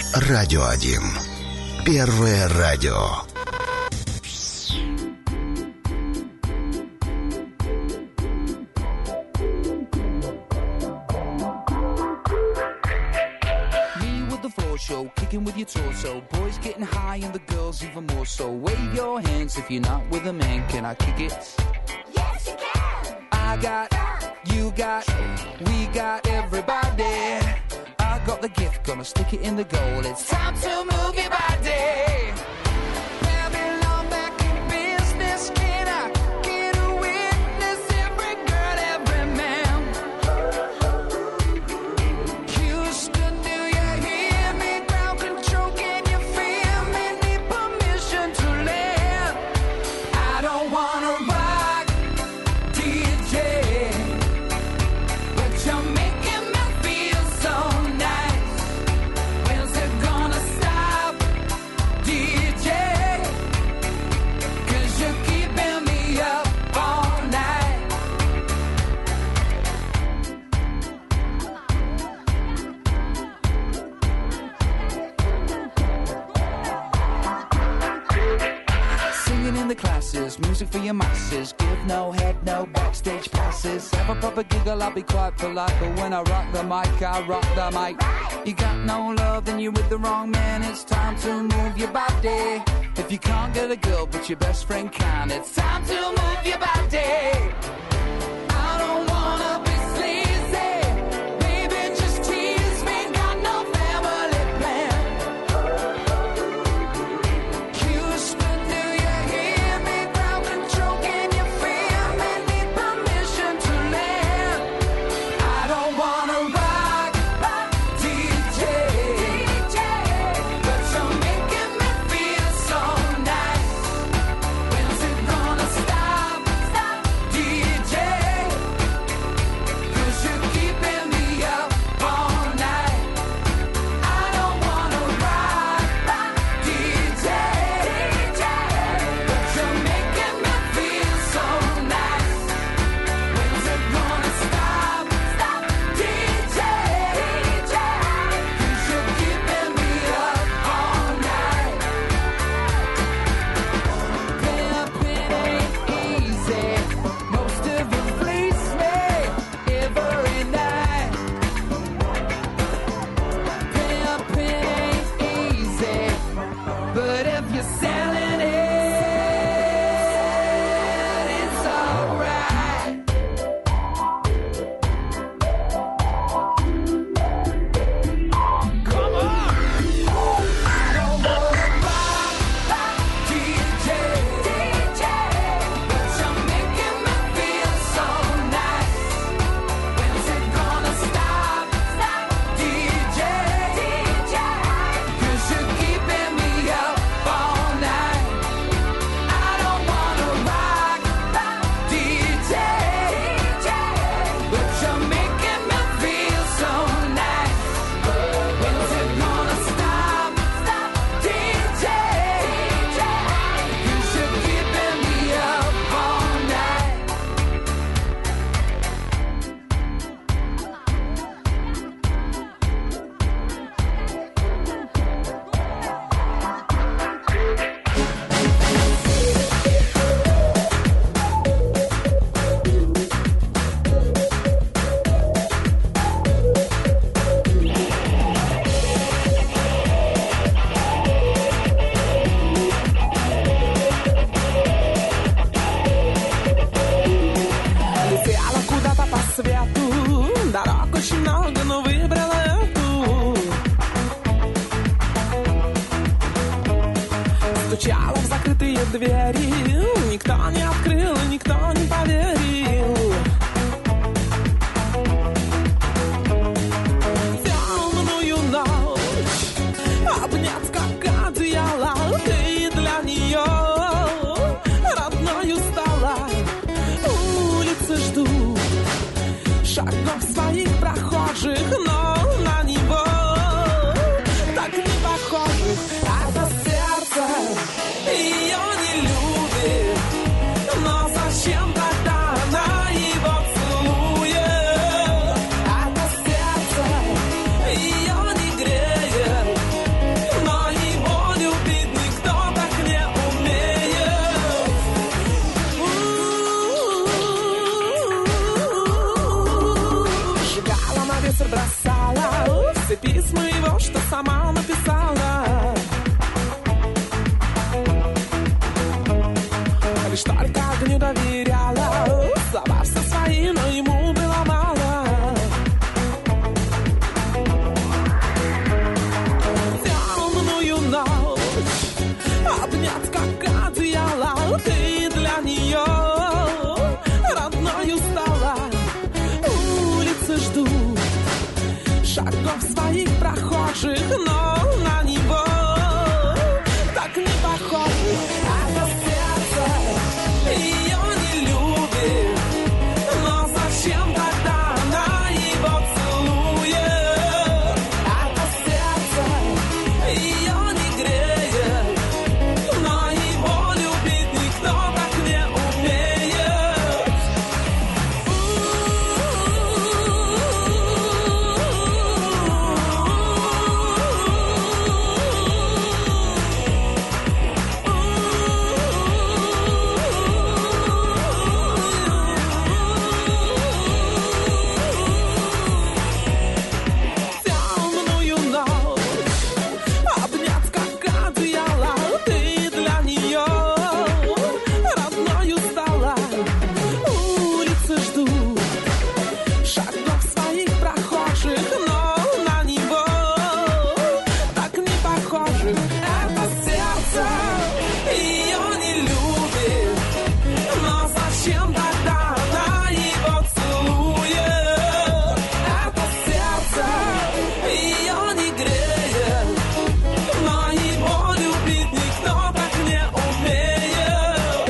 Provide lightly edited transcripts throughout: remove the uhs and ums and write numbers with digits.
Радио 1. Первое радио. Show, kicking with your torso. Boys getting high and the girls even more so. Wave your hands if you're not with a man. Can I kick it? Yes, you can. I got, you got, we got everybody. I got the gift, gonna stick it in the goal. It's time to move your body. Babylon back in business. Can I get a witness? Every girl, every man. Houston, do you hear me? Ground control, can you feel me? Need permission to land. I don't wanna rock, DJ, but you're making me feel so nice. When's it gonna stop, DJ? 'Cause you're keeping me up all night. Singing in the classes, music for your masses. Give no head, no backstage passes. Have a proper giggle, I'll be quite polite. But when I rock the mic, I rock the mic. You got no love, then you're with the wrong man. It's time to move your body. If you can't get a girl, but your best friend can, it's time to move your body. I don't wanna be sleazy. Baby, just tease me. Got no family plan. Houston, do you hear me? Ground control, can you feel me? Need permission to land. I don't wanna rock, DJ, but you're making me feel so nice. When's it gonna stop, DJ? 'Cause you're keeping me up all night. I don't wanna rock, DJ, but you're making me feel so nice. When's it gonna stop, DJ? 'Cause you're keeping me up all night. Pimping ain't easy. Most of you fleece me every night. Pimping ain't easy, but if you're selling it, it's alright. Come on. I don't wanna rock, DJ, but you're making me feel so nice. When's it gonna stop, DJ? 'Cause you're keeping me up all night. I don't wanna rock, DJ, but you're making me feel so nice. When's it gonna stop, DJ? 'Cause you're keeping me up all night. Летела куда-то по свету, дорог очень много, но выбрала эту. Стучала в закрытые двери, никто не открыл, и никто не поверил. Темную ночь обнять как одеяло, ты для нее родною стала. Улицы ждут шагов своих прохожих, но на него так не похожих. А за сердце ее не любит, но зачем тогда сама написала. Лишь только огню доверяла, слова свои, но ему было мало. Темную ночь обнять как одеяло, ты для нее родною стала. Улицы ждут шагов своих прохожих, но на него так не похоже. Это сердце ее не любит, но зачем тогда она его целует? Это сердце ее не греет, но его любить никто так не умеет. Темную ночь обнять как одеяло, ты для нее родною стала. Улицы ждут шагов своих прохожих, но на него так не похоже. Это сердце ее не любит, но зачем тогда она его целует? Это сердце ее не греет, но его любить никто так не умеет.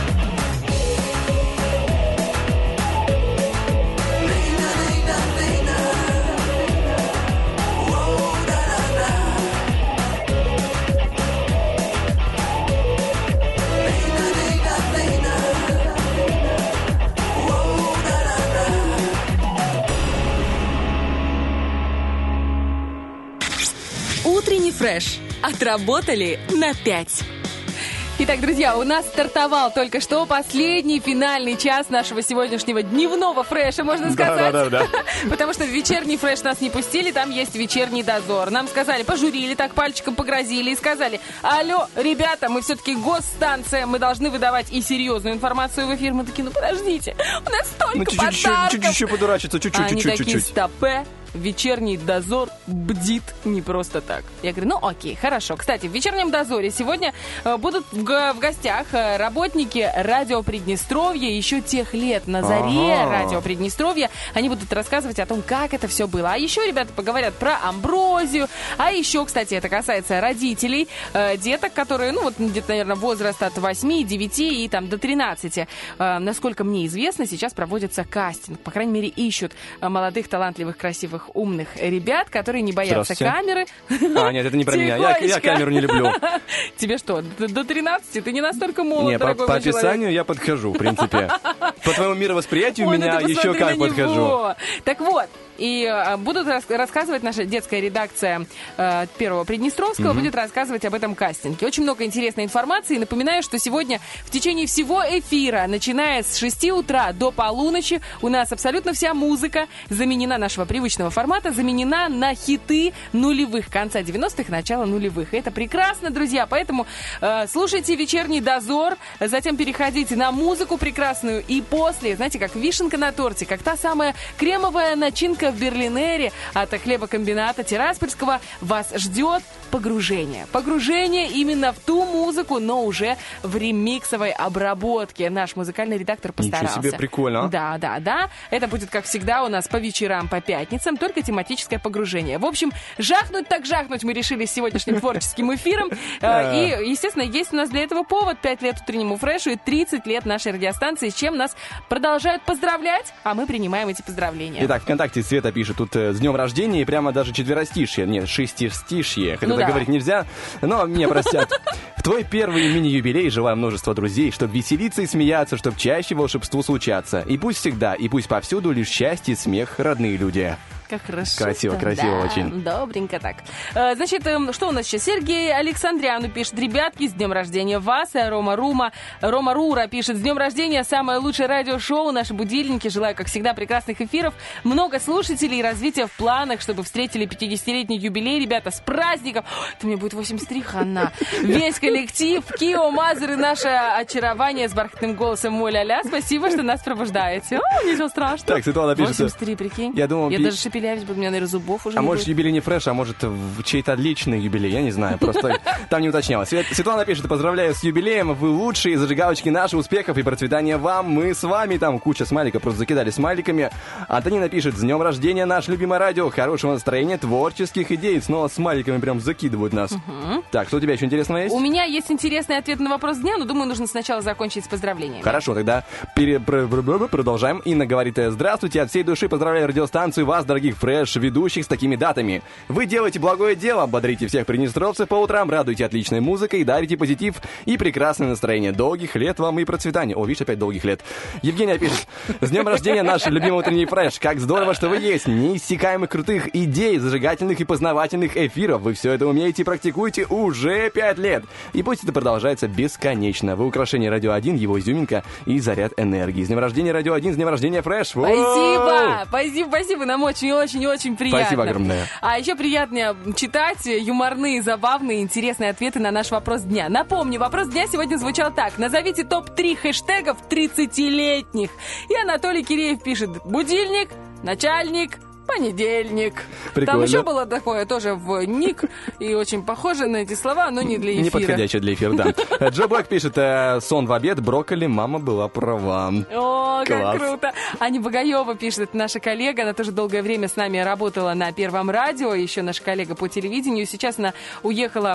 Утренний фреш. Отработали на 5. Итак, друзья, у нас стартовал только что последний финальный час нашего сегодняшнего дневного фреша, можно сказать. Да. Потому что в вечерний фреш нас не пустили, там есть вечерний дозор. Нам сказали, пожурили, так пальчиком погрозили и сказали: алло, ребята, мы все-таки госстанция, мы должны выдавать и серьезную информацию в эфир. Мы такие, ну подождите, у нас столько подарков. Чуть-чуть еще подурачиться, Они такие, стопе. Вечерний дозор бдит не просто так. Я говорю, ну окей, хорошо. Кстати, в вечернем дозоре сегодня будут в гостях работники радио Приднестровья еще тех лет, на заре радио Приднестровья. Они будут рассказывать о том, как это все было. А еще ребята поговорят про амброзию. А еще, кстати, это касается родителей, деток, которые, ну вот где-то, наверное, возраст от 8, 9 и там до 13. Насколько мне известно, сейчас проводится кастинг. По крайней мере, ищут молодых, талантливых, красивых, умных ребят, которые не боятся камеры. А, нет, это не про меня. Я камеру не люблю. Тебе что, до 13? Ты не настолько молод, не, дорогой по мой человек. описанию я подхожу, в принципе. По твоему мировосприятию у меня еще как подхожу. Так вот, и будут рассказывать наша детская редакция Первого Приднестровского, будет рассказывать об этом кастинге. Очень много интересной информации. Напоминаю, что сегодня в течение всего эфира, начиная с 6 утра до полуночи, у нас абсолютно вся музыка заменена, нашего привычного формата, заменена на хиты нулевых, конца 90-х, начала нулевых. И это прекрасно, друзья, поэтому слушайте вечерний дозор, затем переходите на музыку прекрасную, и после, знаете, как вишенка на торте, как та самая кремовая начинка в Берлинере от хлебокомбината Тираспольского, вас ждет погружение. Погружение именно в ту музыку, но уже в ремиксовой обработке. Наш музыкальный редактор постарался. Ничего себе, прикольно. Да. Это будет, как всегда, у нас по вечерам, по пятницам, только тематическое погружение. В общем, жахнуть так жахнуть мы решили с сегодняшним творческим эфиром. И, естественно, есть у нас для этого повод. 5 лет утреннему фрешу и 30 лет нашей радиостанции, с чем нас продолжают поздравлять, а мы принимаем эти поздравления. Итак, ВКонтакте Света пишет тут с днем рождения, и прямо даже четверостишье, нет, шестистишье. Хотя так говорить нельзя, но меня простят. В твой первый мини-юбилей желаю множества друзей, чтобы веселиться и смеяться, чтобы чаще волшебству случаться. И пусть всегда, и пусть повсюду лишь счастье и смех, родные люди. Как хорошо. Красиво, красиво очень. Добренько так. Значит, что у нас сейчас? Сергей Александряну пишет: ребятки, с днем рождения вас. Рома Рура пишет: с днем рождения, самое лучшее радиошоу, наши будильники. Желаю, как всегда, прекрасных эфиров, много слушателей и развития в планах, чтобы встретили 50-летний юбилей. Ребята, с праздником. Это мне будет 83, хана. Весь коллектив, Кио, Мазер и наше очарование с бархатным голосом Моля-ля. Спасибо, что нас пробуждаете. О, ничего страшного. Так, Светлана пишет... 83, прикинь. Я думал... Я даже шепелявить буду, у меня, наверное, зубов уже А не может, будет. юбилей не фреш, а может, чей-то личный юбилей, я не знаю, просто там не уточнялось. Светлана пишет: поздравляю с юбилеем, вы лучшие, зажигалочки наши, успехов и процветания вам, мы с вами. Там куча смайликов, просто закидали смайликами. Антонина пишет: с днем рождения, наше любимое радио, хорошего настроения, творческих идей. Снова смайликами прям закидывают нас. Так, что у тебя еще интересного есть? У меня есть интересный ответ на вопрос дня, но думаю, нужно сначала закончить с поздравлениями. Хорошо, тогда продолжаем. Инна говорит: здравствуйте, от всей души поздравляю радиостанцию, вас, дорогих фреш-ведущих, с такими датами. Вы делаете благое дело, бодрите всех приднестровцев по утрам, радуете отличной музыкой, дарите позитив и прекрасное настроение. Долгих лет вам и процветания. О, видишь, опять долгих лет. Евгения пишет: с днем рождения, наш любимый утренний фреш. Как здорово, что вы есть. Неиссякаемых крутых идей, зажигательных и познавательных эфиров. Вы все это умеете и практикуете уже 5 лет. И пусть это продолжается бесконечно. Вы украшение Радио 1, его изюминка и заряд энергии. С днем рождения, Радио 1, с днем рождения, фреш. Спасибо, нам очень-очень-очень приятно. Спасибо огромное. А еще приятно читать юморные, забавные, интересные ответы на наш вопрос дня. Напомню, вопрос дня сегодня звучал так: назовите топ-3 хэштегов 30-летних. И Анатолий Киреев пишет: будильник, начальник, понедельник. Прикольно. Там еще было такое тоже в ник, и очень похоже на эти слова, но не для эфира. Не подходящее для эфира, да. Джо Блэк пишет: сон в обед, брокколи, мама была права. О, как Класс. круто. Аня Багаева пишет, это наша коллега, она тоже долгое время с нами работала на Первом радио, еще наша коллега по телевидению. Сейчас она уехала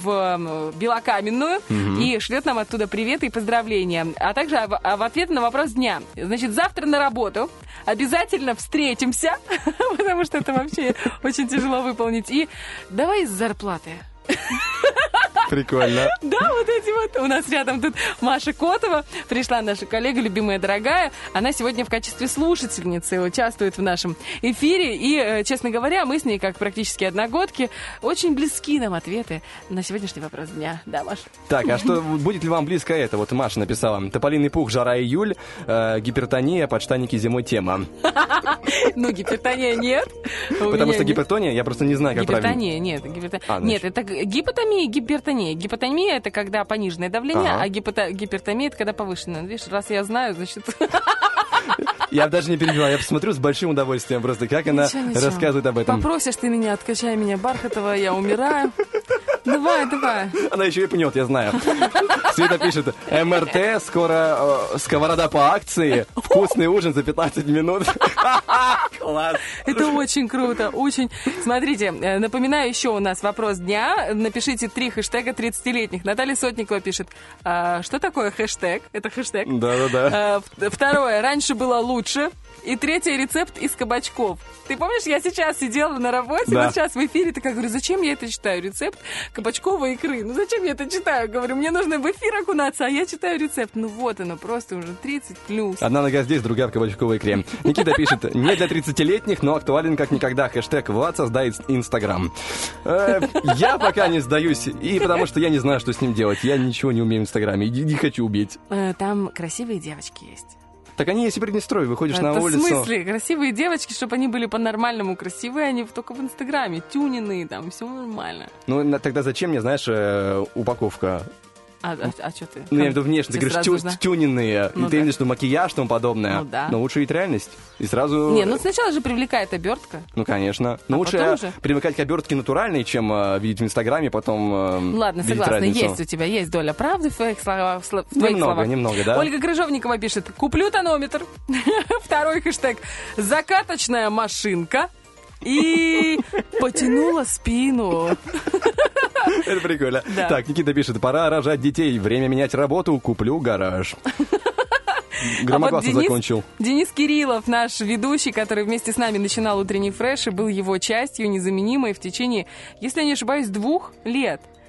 в Белокаменную и шлет нам оттуда приветы и поздравления. А также в ответ на вопрос дня. Значит, завтра на работу обязательно встретимся, потому что это вообще очень тяжело выполнить. И давай из зарплаты. Прикольно. Да, вот эти вот. У нас рядом тут Маша Котова. Пришла наша коллега, любимая, дорогая. Она сегодня в качестве слушательницы участвует в нашем эфире. И, честно говоря, мы с ней, как практически одногодки, очень близки нам ответы на сегодняшний вопрос дня. Да, Маша? Так, а что, будет ли вам близко это? Вот Маша написала: тополиный пух, жара, июль, гипертония, подштанники зимой тема. Ну, гипертония нет. Потому что гипертония, я просто не знаю, как правильно. Гипертония, нет. Нет, это гипотомия и гипертония. Гипотония — это когда пониженное давление, а гипертомия — это когда повышенное. Видишь, раз я знаю, значит... Я даже не перебиваю, я посмотрю с большим удовольствием просто, как она рассказывает об этом. Попросишь ты меня, откачай меня Бархатова, я умираю. Давай. Она еще и пнет, я знаю. Света пишет: МРТ, скоро сковорода по акции, вкусный ужин за 15 минут. Класс. Это очень круто, очень. Смотрите, напоминаю, еще у нас вопрос дня. Напишите 3 хэштега 30-летних. Наталья Сотникова пишет: что такое хэштег? Это хэштег. Да. Второе: раньше было лучше. И третье: рецепт из кабачков. Ты помнишь, я сейчас сидела на работе, вот сейчас в эфире, такая говорю: зачем я это читаю? Рецепт кабачковой икры. Ну зачем я это читаю? Говорю, мне нужно в эфир окунаться, а я читаю рецепт. Ну вот оно, просто уже 30+. Одна нога здесь, другая в кабачковой икре. Никита пишет: не для 30-летних, но актуален как никогда. Хэштег Влад создает Инстаграм. Я пока не сдаюсь, и потому что я не знаю, что с ним делать. Я ничего не умею в Инстаграме, и не хочу убить. Там красивые девочки есть. Так они есть и в Приднестровье, выходишь на улицу. В смысле? Красивые девочки, чтобы они были по-нормальному красивые, они только в Инстаграме, тюненные, там, все нормально. Ну, тогда зачем мне, знаешь, упаковка? А что ты? Ну, я имею в виду внешне, ты говоришь, тюненные, ну, и ты имеешь в виду макияж и тому подобное. Ну, да. Но лучше ведь реальность. И сразу... Не, ну сначала же привлекает обертка. Ну, конечно. Но лучше привлекать к обертке натуральной, чем видеть в Инстаграме, потом ладно, видеть согласна, разницу. Есть у тебя, есть доля правды в твоих словах. Немного, да. Ольга Крыжовникова пишет: куплю тонометр. Второй хэштег: закаточная машинка. И потянула спину. Это прикольно. Да. Так, Никита пишет: пора рожать детей, время менять работу, куплю гараж. Громогласно закончил. Денис Кириллов, наш ведущий, который вместе с нами начинал утренний фреш и был его частью незаменимой в течение, если я не ошибаюсь, 2 лет.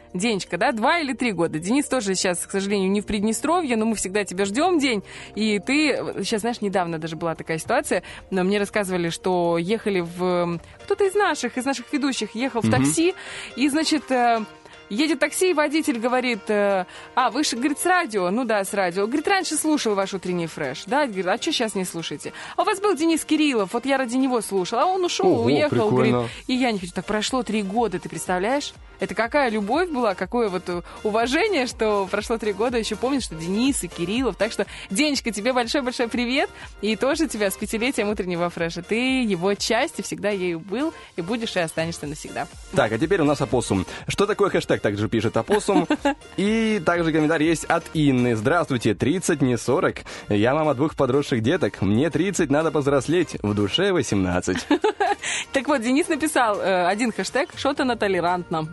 Денечка, да, 2 или 3 года. Денис тоже сейчас, к сожалению, не в Приднестровье, но мы всегда тебя ждем, День. И ты, сейчас, знаешь, недавно даже была такая ситуация, но мне рассказывали, что ехали кто-то из наших ведущих ехал в такси, и, значит... Едет такси, и водитель говорит, вы же, говорит, с радио? Ну да, с радио. Говорит, раньше слушал ваш утренний фреш. Да, говорит, а что сейчас не слушаете? А у вас был Денис Кириллов, вот я ради него слушал, а он ушел, уехал. Прикольно. Говорит, и я не хочу. Так прошло 3 года, ты представляешь? Это какая любовь была, какое вот уважение, что прошло 3 года, еще помнишь, что Денис и Кириллов. Так что, Денечка, тебе большой-большой привет. И тоже тебя с 5-летием утреннего фреша. Ты его часть, и всегда ею был, и будешь, и останешься навсегда. Так, а теперь у нас опоссум. Что такое хэштег? Также пишет опоссум. И также комментарий есть от Инны. Здравствуйте, 30, не 40. Я мама 2 подросших деток. Мне 30, надо повзрослеть. В душе 18. Так вот, Денис написал один хэштег «Что-то на толерантном».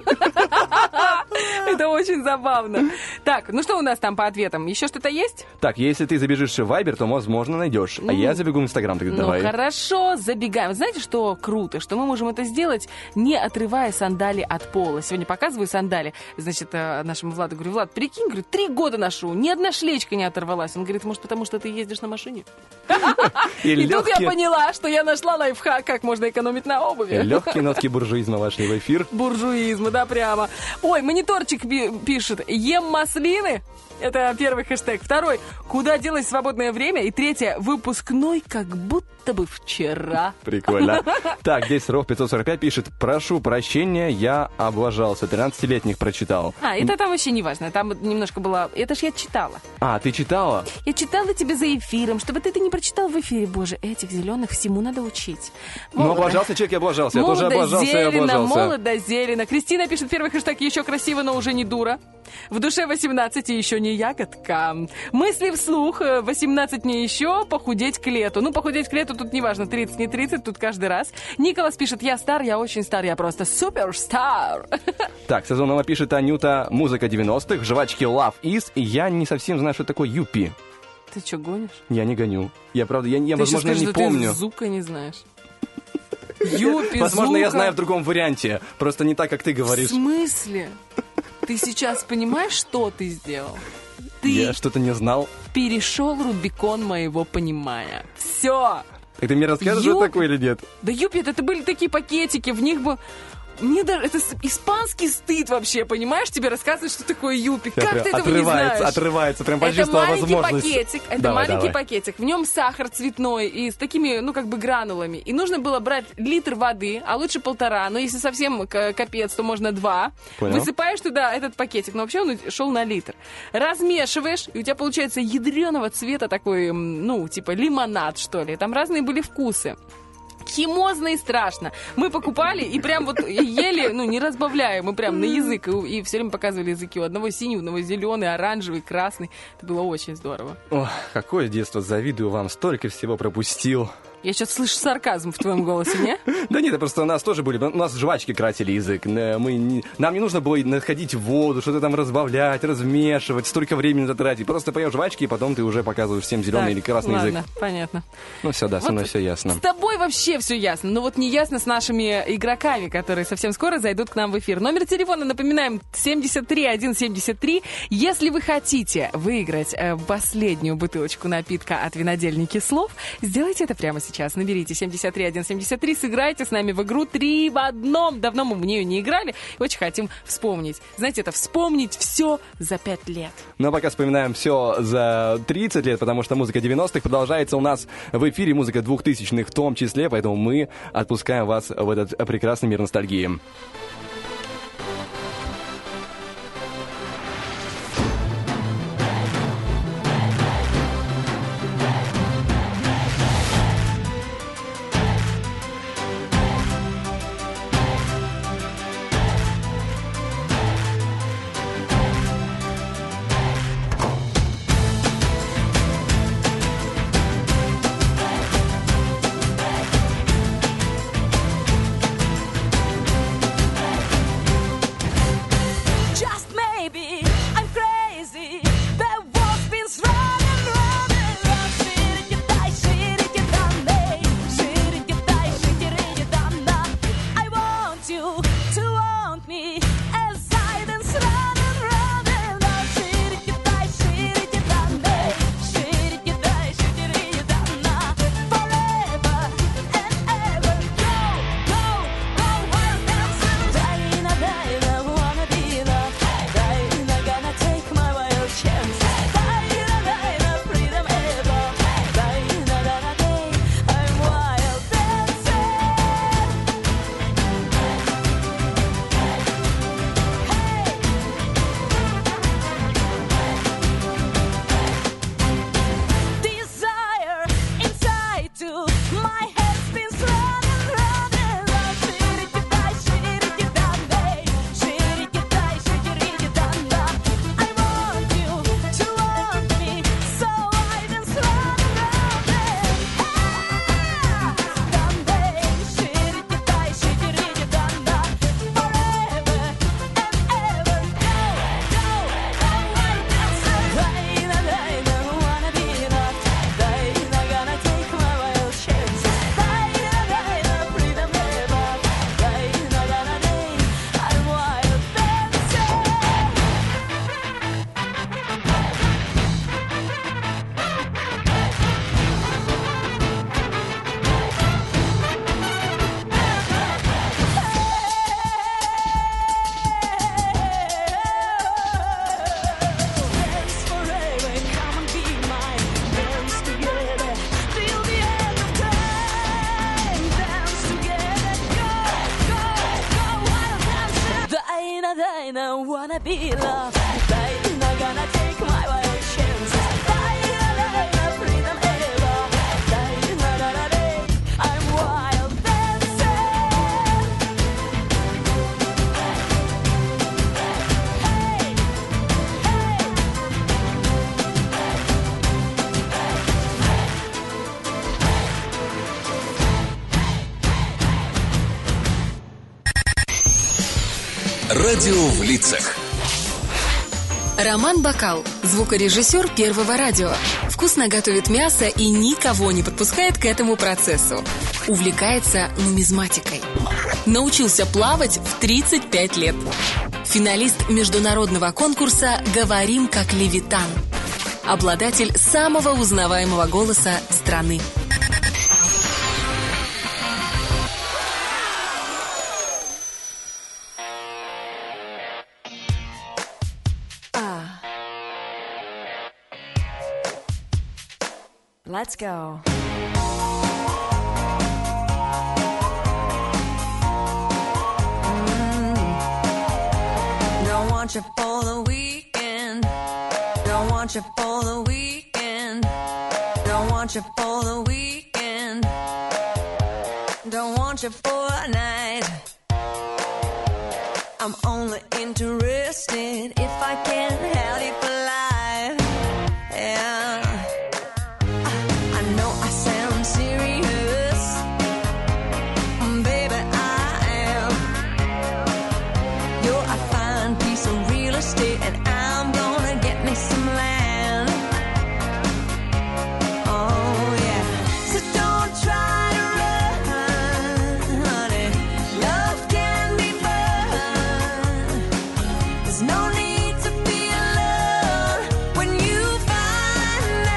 Это очень забавно. Так, ну что у нас там по ответам? Еще что-то есть? Так, если ты забежишь в Viber, то, возможно, найдешь. А я забегу в Инстаграм, тогда давай. Ну, хорошо, забегаем. Знаете, что круто? Что мы можем это сделать, не отрывая сандали от пола. Сегодня показываю сандали. Значит, нашему Владу говорю, Влад, прикинь, говорю, 3 года ношу, ни одна шлечка не оторвалась. Он говорит, может, потому что ты ездишь на машине? И тут я поняла, что я нашла лайфхак, как можно экономить на обуви. Легкие нотки буржуизма вошли в эфир. Буржуизма, да, прямо. Ой, мониторчик пишет, ем маслины. Это первый хэштег. Второй, куда делось свободное время? И третье, выпускной как будто бы вчера. Прикольно. Так, здесь Ров 545 пишет, прошу прощения, я облажался. 13-летних прочитал. Это там вообще не важно. Там немножко было... Это ж я читала. Ты читала? Я читала тебе за эфиром, чтобы ты это не прочитал в эфире. Боже, этих зеленых всему надо учить. Ну, облажался человек, я облажался. Я тоже облажался и облажался. Молодо-зелено. Кристина пишет первый хэштег, еще красиво, но уже не дура. В душе 18 и еще не ягодка. Мысли вслух, 18 не еще, похудеть к лету. Ну, похудеть к лету тут не важно, 30, не 30, тут каждый раз. Николас пишет, я стар, я очень стар, я просто суперстар. Так, сезонного пишет Анюта, музыка 90-х, жвачки Love Is, и я не совсем знаю, что такое Юпи. Ты что, гонишь? Я не гоню. Я, правда, я ты возможно, скажешь, не помню. Ты Зука не знаешь. Юпи, возможно, я Зука. знаю в другом варианте, просто не так, как ты говоришь. В смысле? Ты сейчас понимаешь, что ты сделал? Я что-то не знал. Перешел Рубикон моего понимания. Все. Так ты мне расскажешь, что такое или нет? Да Юпи, это были такие пакетики, в них был... Мне даже... Это испанский стыд вообще, понимаешь? Тебе рассказывать, что такое Юпи. Как ты этого не знаешь? Отрывается, прям почувствовала возможность. Это маленький пакетик. В нем сахар цветной и с такими, гранулами. И нужно было брать литр воды, а лучше 1,5. Но если совсем капец, то можно 2. Понял. Высыпаешь туда этот пакетик. Но вообще он шел на литр. Размешиваешь, и у тебя получается ядреного цвета такой, типа лимонад, что ли. Там разные были вкусы. Химозно и страшно. Мы покупали и прям вот ели, не разбавляя, мы прям на язык. И все время показывали языки. У одного синий, у одного зеленый, оранжевый, красный. Это было очень здорово. Ох, какое детство, завидую вам, столько всего пропустил. Я сейчас слышу сарказм в твоем голосе, не? Да нет, просто у нас тоже были, у нас жвачки красили язык. Нам не нужно было находить воду, что-то там разбавлять, размешивать, столько времени затратить. Просто поешь жвачки, и потом ты уже показываешь всем зеленый или красный язык. Ладно, понятно. Ну все, да, со мной все ясно. С тобой вообще все ясно, но вот не ясно с нашими игроками, которые совсем скоро зайдут к нам в эфир. Номер телефона, напоминаем, 73173. Если вы хотите выиграть последнюю бутылочку напитка от винодельни Кислов, сделайте это прямо сейчас. Наберите 73173, сыграйте с нами в игру 3 в 1. Давно мы в нее не играли, очень хотим вспомнить. Знаете, это вспомнить все за 5 лет. Ну а пока вспоминаем все за 30 лет, потому что музыка 90-х продолжается у нас в эфире, музыка 2000-х в том числе, поэтому мы отпускаем вас в этот прекрасный мир ностальгии. To want me as I I don't wanna be loved. I'm not gonna take my wild chances. I'm freedom ever. I'm wild dancing. Hey, Радио в лицах. Роман Бакал, звукорежиссер Первого радио. Вкусно готовит мясо и никого не подпускает к этому процессу. Увлекается нумизматикой. Научился плавать в 35 лет. Финалист международного конкурса «Говорим как Левитан». Обладатель самого узнаваемого голоса страны. let's go. Don't want you for the weekend. Don't want you for the weekend. Don't want you for the weekend. Don't want you for a night. I'm only interested if I can have you for life. Yeah. I know I sound serious, baby, I am. You're a fine piece of real estate, and I'm gonna get me some land. Oh yeah, so don't try to run, honey. Love can be fun. There's no need to be alone when you find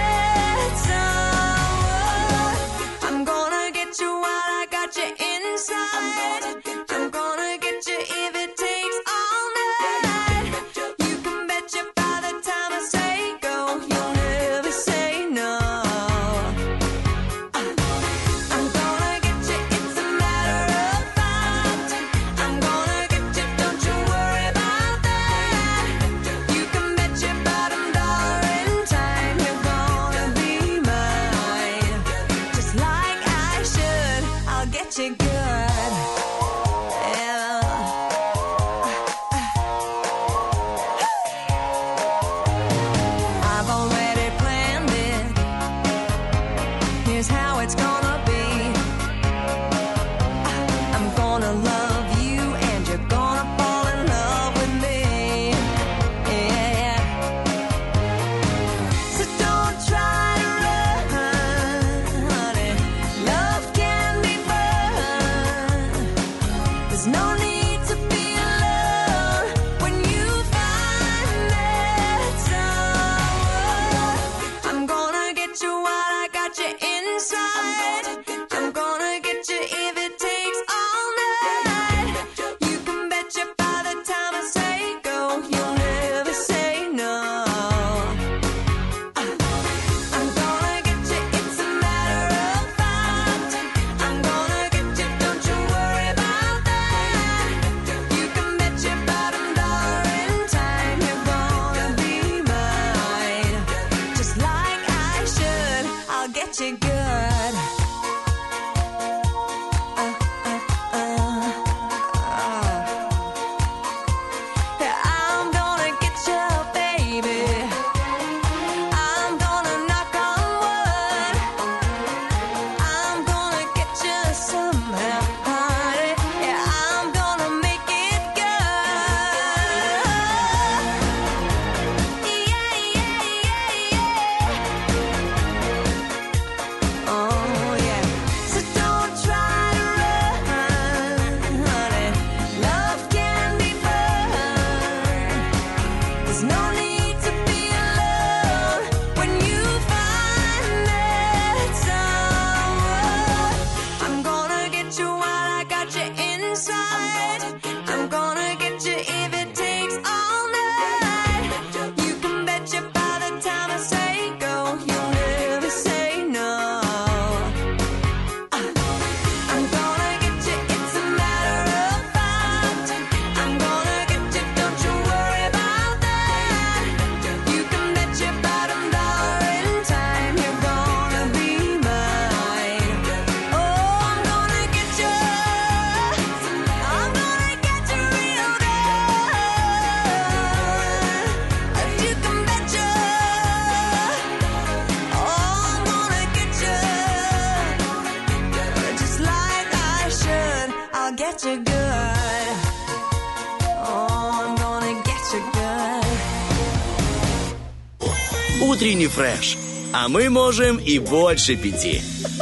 Утренний фреш. А мы можем и больше 5.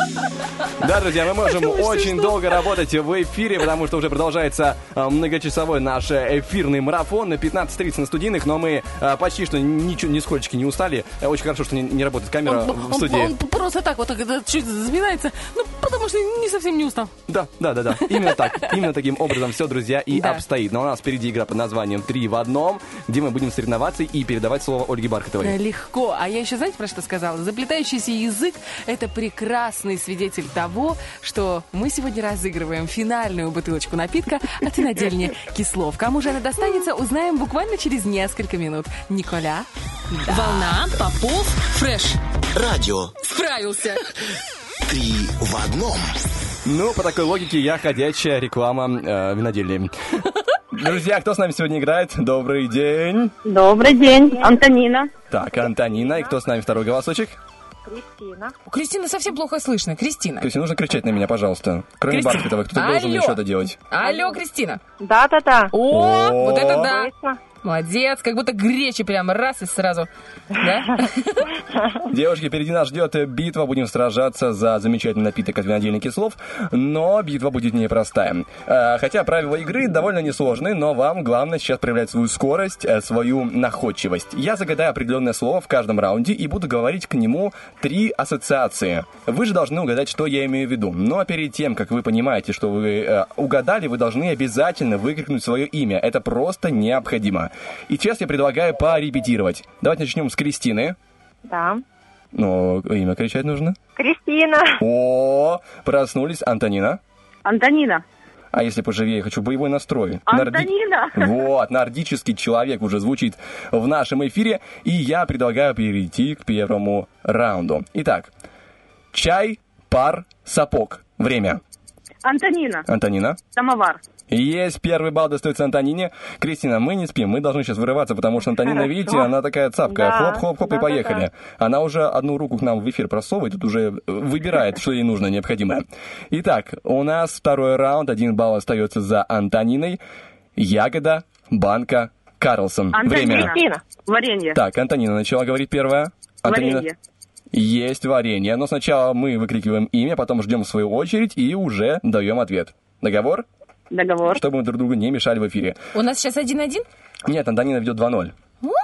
Да, друзья, мы можем очень долго работать в эфире, потому что уже продолжается многочасовой наш эфирный марафон на 15:30 на студийных, но мы почти что нисколько не устали. Очень хорошо, что не работает камера в студии. Он просто так вот чуть заминается, ну, потому что не совсем не устал. Да. Именно так. Именно таким образом все, друзья, и обстоит. Но у нас впереди игра под названием «3 в одном», где мы будем соревноваться и передавать слово Ольге Бархатовой. Легко. А я еще, знаете, про что сказала? Заплетающийся язык – это прекрасный свидетель того, что мы сегодня разыгрываем финальную бутылочку напитка от винодельни «Кислов». Кому же она достанется, узнаем буквально через несколько минут. Николя. Да. Волна, Попов, Фреш. Радио. Справился. 3 в одном. Ну, по такой логике я ходячая реклама винодельни. Друзья, кто с нами сегодня играет? Добрый день. Добрый день, Антонина. Так, Антонина. И кто с нами второй голосочек? Кристина. Кристина совсем плохо слышно. Кристина. Кристина, нужно кричать на меня, пожалуйста. Кроме Бархатова, кто-то должен еще это делать. Алло, Кристина. Да-да-да. О, вот это да. Точно. Молодец, как будто гречи прям раз и сразу. Да? Девушки, впереди нас ждет битва. Будем сражаться за замечательный напиток от винодельни Кислов. Но битва будет непростая. Хотя правила игры довольно несложные, но вам главное сейчас проявлять свою скорость, свою находчивость. Я загадаю определенное слово в каждом раунде и буду говорить к нему 3 ассоциации. Вы же должны угадать, что я имею в виду. Но перед тем, как вы понимаете, что вы угадали, вы должны обязательно выкрикнуть свое имя. Это просто необходимо. И сейчас я предлагаю порепетировать. Давайте начнем с Кристины. Да. Ну, имя кричать нужно. Кристина. О, проснулись. Антонина. Антонина. А если поживее, хочу боевой настрой. Антонина. Вот, нордический человек уже звучит в нашем эфире. И я предлагаю перейти к первому раунду. Итак, чай, пар, сапог. Время. Антонина. Антонина. Самовар. Есть, первый балл достается Антонине. Кристина, мы не спим, мы должны сейчас вырываться, потому что Антонина, Хорошо. видите, она такая цапкая. Да. Хлоп-хлоп-хлоп, и поехали. Она уже одну руку к нам в эфир просовывает, тут уже выбирает, что ей нужно, необходимое. Итак, у нас второй раунд, 1 балл остается за Антониной. Ягода, банка, Карлсон. Антонина. Время. Кристина. Варенье. Так, Антонина начала говорить первая. Антонина. Варенье. Есть варенье, но сначала мы выкрикиваем имя, потом ждем свою очередь и уже даем ответ. Договор? Договор. Чтобы мы друг другу не мешали в эфире. У нас сейчас 1-1? Нет, Антонина ведет 2-0.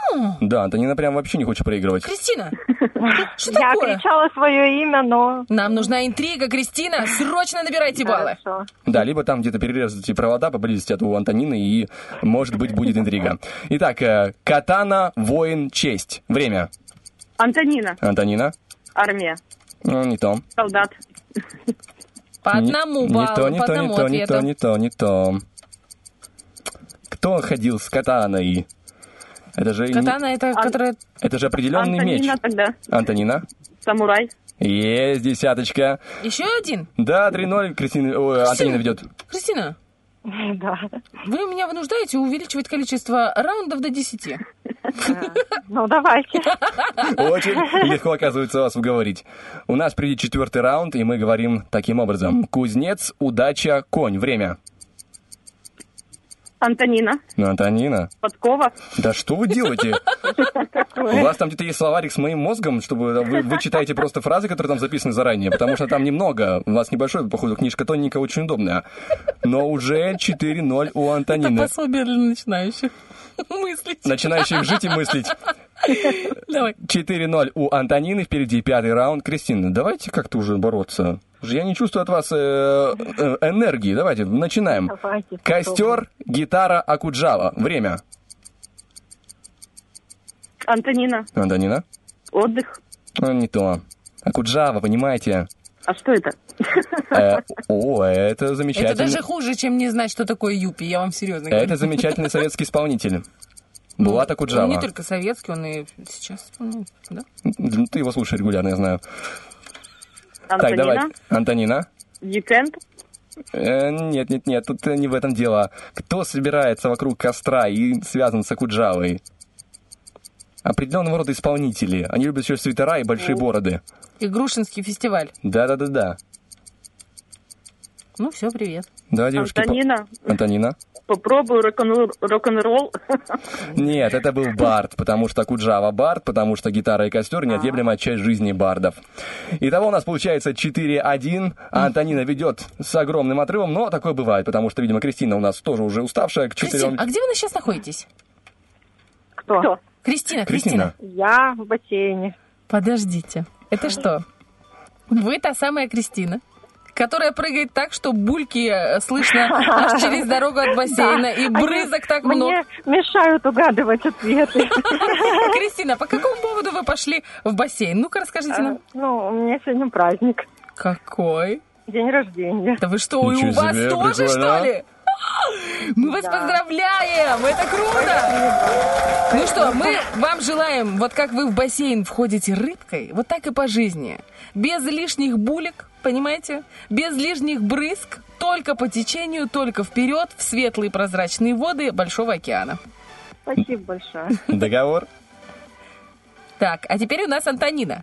Да, Антонина прям вообще не хочет проигрывать. Кристина, что Я такое? кричала свое имя, но... Нам нужна интрига, Кристина. Срочно набирайте баллы. Хорошо. Да, либо там где-то перерезайте провода поблизости от у Антонины, и, может быть, будет интрига. Итак, катана, воин, честь. Время. Антонина. Антонина. Армия. Ну, не то. Солдат. По одному баллу, по одному ответу. Не то. Кто ходил с катаной? Это же... Катана это, которая... Это же определенный меч. Антонина тогда. Антонина. Самурай. Есть, 10. Еще один? Да, 3-0. Антонина ведет. Кристина, Да. вы меня вынуждаете увеличивать количество раундов до 10. Ну, давайте. Очень легко, оказывается, вас уговорить. У нас впереди 4-й раунд, и мы говорим таким образом. Кузнец, удача, конь. Время. Антонина. Ну, Антонина. Подкова. Да что вы делаете? У вас там где-то есть словарик с моим мозгом, чтобы вы читаете просто фразы, которые там записаны заранее, потому что там немного. У вас небольшой, походу, книжка тоненькая, очень удобная. Но уже 4-0 у Антонины. Это пособие для начинающих мыслить. Начинающих жить и мыслить. Давай. 4-0 у Антонины, впереди 5-й раунд. Кристина, давайте как-то уже бороться. Я не чувствую от вас энергии. Давайте, начинаем. Давайте. Костер, гитара, Акуджава. Время. Антонина. Антонина? Отдых. Не то. Акуджава, понимаете? А что это? Это замечательно. Это даже хуже, чем не знать, что такое юпи. Я вам серьезно говорю. Это замечательный советский исполнитель. Булат Акуджава. Он не только советский, он и сейчас исполняет, да? Ты его слушаешь регулярно, я знаю. Антонина. Так, давай. Антонина? Уикенд. Нет, тут не в этом дело. Кто собирается вокруг костра и связан с Акуджавой? Определенного рода исполнители. Они любят еще свитера и большие бороды. И Грушинский фестиваль. Да. Ну, все, привет. Да, девушки. Антонина. Попробую рок-н-ролл. Нет, это был бард, потому что Куджава бард, потому что гитара и костер — неотъемлемая часть жизни бардов. Итого у нас получается 4-1, а Антонина ведет с огромным отрывом, но такое бывает, потому что, видимо, Кристина у нас тоже уже уставшая к 4. Кристина, а где вы сейчас находитесь? Кто? Кристина. Я в бассейне. Подождите, это что? Вы та самая Кристина, которая прыгает так, что бульки слышно аж через дорогу от бассейна, и брызок так много. Мне мешают угадывать ответы. Кристина, по какому поводу вы пошли в бассейн? Ну-ка, расскажите нам. Ну, у меня сегодня праздник. Какой? День рождения. Да вы что, и у вас тоже, что ли? Мы вас поздравляем! Это круто! Ну что, мы вам желаем, вот как вы в бассейн входите рыбкой, вот так и по жизни. Без лишних булек, понимаете? Без лишних брызг, только по течению, только вперед, в светлые прозрачные воды Большого океана. Спасибо большое. Договор? Так, а теперь у нас Антонина.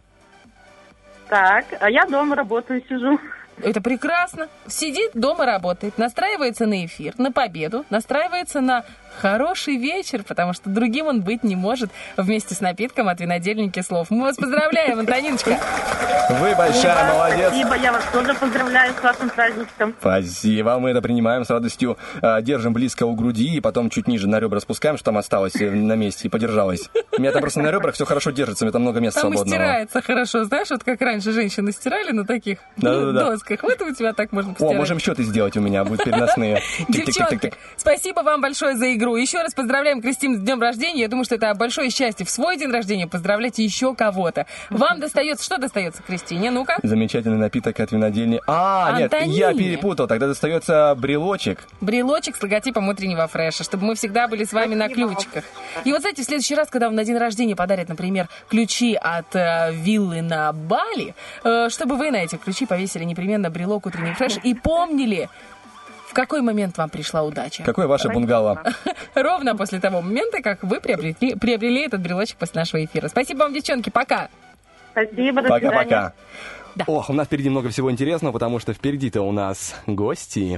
Так, а я дома работаю, сижу. Это прекрасно. Сидит дома, работает, настраивается на эфир, на победу, настраивается на хороший вечер, потому что другим он быть не может, вместе с напитком от винодельники слов. Мы вас поздравляем, Антониночка. Вы большая молодец. Спасибо, я вас тоже поздравляю с вашим праздником. Спасибо, мы это принимаем с радостью. Держим близко у груди и потом чуть ниже на ребра спускаем, что там осталось на месте и подержалось. У меня там просто на ребрах все хорошо держится, у меня там много места свободного. Там и стирается хорошо, знаешь, вот как раньше женщины стирали на таких досках. Вот у тебя так можно постирать. О, можем счеты сделать у меня, будут переносные. Девчонки, спасибо вам большое за игру. Еще раз поздравляем Кристину с днем рождения. Я думаю, что это большое счастье в свой день рождения поздравлять еще кого-то. Вам достается... Что достается Кристине? Ну-ка. Замечательный напиток от винодельни. Нет, я перепутал. Тогда достается брелочек. Брелочек с логотипом утреннего фреша, чтобы мы всегда были с вами на ключиках. И вот, знаете, в следующий раз, когда вам на день рождения подарят, например, ключи от виллы на Бали, чтобы вы на эти ключи повесили непременно брелок утренний фреш и помнили, в какой момент вам пришла удача. Какое ваше бунгало? Ровно после того момента, как вы приобрели этот брелочек после нашего эфира. Спасибо вам, девчонки, пока. Спасибо, до свидания. Пока-пока. Да. Ох, у нас впереди много всего интересного, потому что впереди-то у нас гости.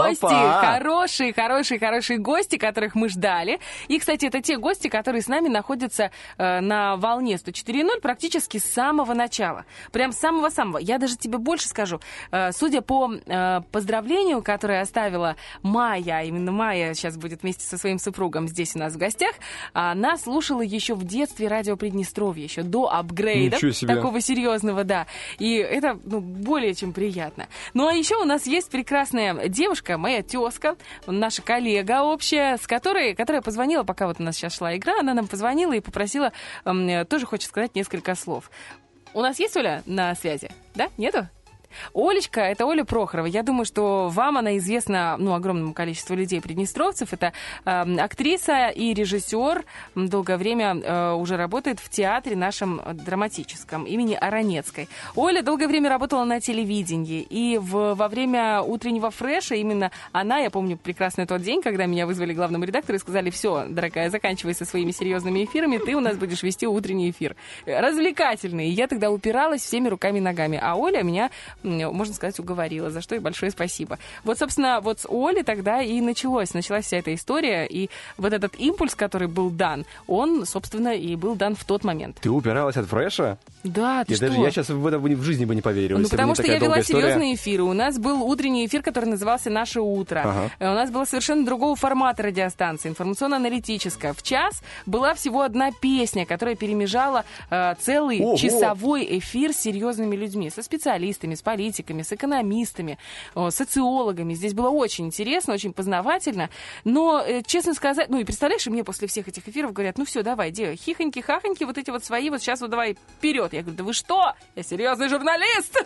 Гости, хорошие гости, которых мы ждали. И, кстати, это те гости, которые с нами находятся на волне 104.0 практически с самого начала. Прям с самого-самого. Я даже тебе больше скажу. Судя по поздравлению, которое оставила Майя, а именно Майя сейчас будет вместе со своим супругом здесь у нас в гостях, она слушала еще в детстве радио Приднестровье, еще до апгрейда. Такого серьезного, да. И это более чем приятно. Ну, а еще у нас есть прекрасная девушка, моя тезка, наша коллега общая, которая позвонила, пока вот у нас сейчас шла игра, она нам позвонила и попросила, тоже хочет сказать несколько слов. У нас есть Оля на связи? Да? Нету? Олечка, это Оля Прохорова. Я думаю, что вам она известна огромному количеству людей, приднестровцев. Это актриса и режиссер. Долгое время уже работает в театре нашем драматическом имени Аронецкой. Оля долгое время работала на телевидении. И во время утреннего фреша именно она, я помню прекрасно тот день, когда меня вызвали главному редактору и сказали: все, дорогая, заканчивай со своими серьезными эфирами, ты у нас будешь вести утренний эфир. Развлекательный. И я тогда упиралась всеми руками и ногами. А Оля меня, можно сказать, уговорила, за что и большое спасибо. Вот, собственно, вот с Олей тогда и началась вся эта история, и вот этот импульс, который был дан, он, собственно, и был дан в тот момент. Ты упиралась от фреша? Да, ты что? Я сейчас в это в жизни бы не поверил. Потому что я вела серьезные эфиры. У нас был утренний эфир, который назывался «Наше утро». Ага. У нас было совершенно другого формата радиостанции, информационно-аналитическая. В час была всего одна песня, которая перемежала целый часовой эфир с серьезными людьми, со специалистами, с политиками, с экономистами, социологами. Здесь было очень интересно, очень познавательно. Но, честно сказать, и представляешь, мне после всех этих эфиров говорят: ну все, давай, делай хихоньки-хахоньки, вот эти вот свои, вот сейчас вот давай вперед. Я говорю: да вы что? Я серьезный журналист!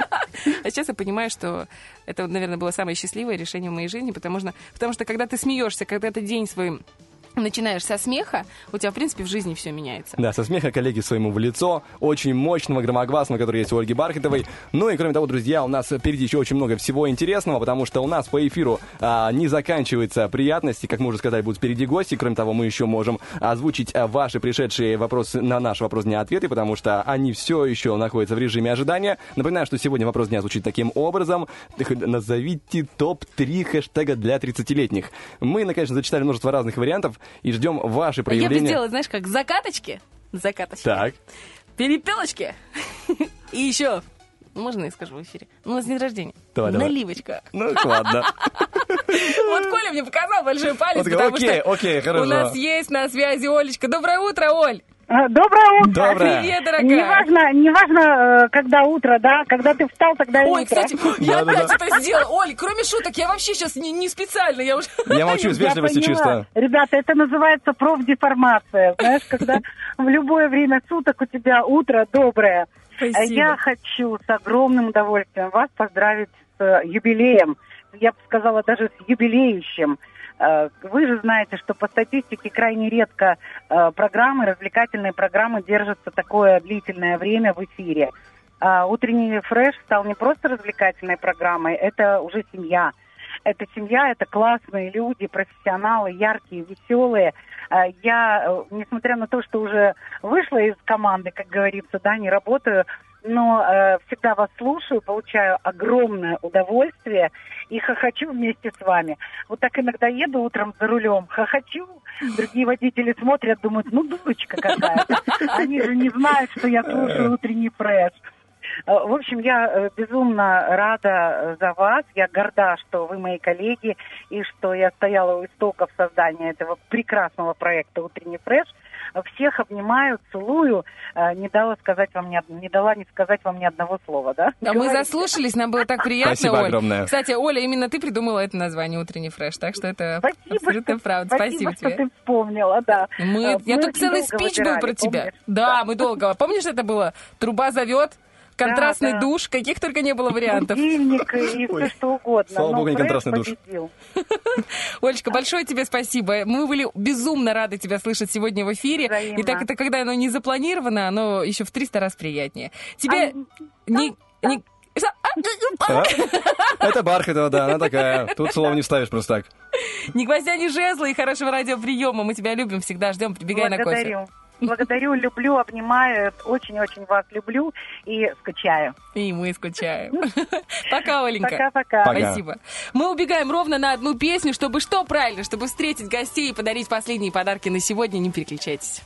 А сейчас я понимаю, что это, наверное, было самое счастливое решение в моей жизни, потому что когда ты смеешься, когда ты день свой начинаешь со смеха, у тебя, в принципе, в жизни все меняется. Да, со смеха коллеги своему в лицо, очень мощного, громогласного, который есть у Ольги Бархатовой. Ну и, кроме того, друзья, у нас впереди еще очень много всего интересного, потому что у нас по эфиру не заканчиваются приятности, как мы уже сказали, будут впереди гости. Кроме того, мы еще можем озвучить ваши пришедшие вопросы на наш вопрос дня ответы, потому что они все еще находятся в режиме ожидания. Напоминаю, что сегодня вопрос дня звучит таким образом. Назовите топ-3 хэштега для 30-летних. Мы, конечно, зачитали множество разных вариантов и ждем ваши проявления. Я бы сделала, знаешь, как закаточки. Так. Перепелочки. И еще, можно я скажу в эфире? У нас день рождения. Давай. Наливочка. Ну, ладно. Вот Коля мне показал большой палец, потому что окей, хорошо. у нас есть на связи Олечка. Доброе утро, Оль. Доброе утро. Доброе. Привет, дорогая. Неважно, когда утро, да, когда ты встал, тогда и Ой, утро. кстати, я опять это сделала. Оль, кроме шуток, я вообще сейчас не специально, я уже... Я молчу из вежливости Я поняла. чисто. Ребята, это называется профдеформация. Знаешь, когда в любое время суток у тебя утро доброе. Спасибо. Я хочу с огромным удовольствием вас поздравить с юбилеем. Я бы сказала, даже с юбилеющим. Вы же знаете, что по статистике крайне редко развлекательные программы держатся такое длительное время в эфире. Утренний фреш стал не просто развлекательной программой, это уже семья. Это семья, это классные люди, профессионалы, яркие, веселые. Я, несмотря на то, что уже вышла из команды, как говорится, да, не работаю, но всегда вас слушаю, получаю огромное удовольствие и хохочу вместе с вами. Вот так иногда еду утром за рулем, хохочу, другие водители смотрят, думают, ну, дурочка какая-то. Они же не знают, что я слушаю утренний фреш. В общем, я безумно рада за вас. Я горда, что вы мои коллеги, и что я стояла у истоков создания этого прекрасного проекта «Утренний фреш». Всех обнимаю, целую. Не дала не сказать вам ни одного слова, да? А мы заслушались, нам было так приятно, Спасибо Оль. огромное. Кстати, Оля, именно ты придумала это название «Утренний фреш», так что это абсолютно правда. Спасибо что тебе. ты вспомнила, да. Я тут очень целый долго спич был выбирали, про тебя. помнишь? Да, мы долго. Помнишь, это было? Труба зовет, контрастный Да. душ, каких только не было вариантов. Будильник и все что угодно. Слава богу, не фреш контрастный душ. победил. Олечка, большое тебе спасибо. Мы были безумно рады тебя слышать сегодня в эфире. Взаимно. И так это, когда оно не запланировано, оно еще в 300 раз приятнее. Тебе не... Это Бархатова, да, она такая. Тут слова не вставишь просто так. Ни гвоздя, ни жезла и хорошего радиоприема. Мы тебя любим, всегда ждем. Прибегай на кофе. Благодарю, люблю, обнимаю. Очень-очень вас люблю и скучаю. И мы скучаем. Пока, Оленька. Пока-пока. Спасибо. Мы убегаем ровно на одну песню, чтобы что правильно, чтобы встретить гостей и подарить последние подарки на сегодня. Не переключайтесь.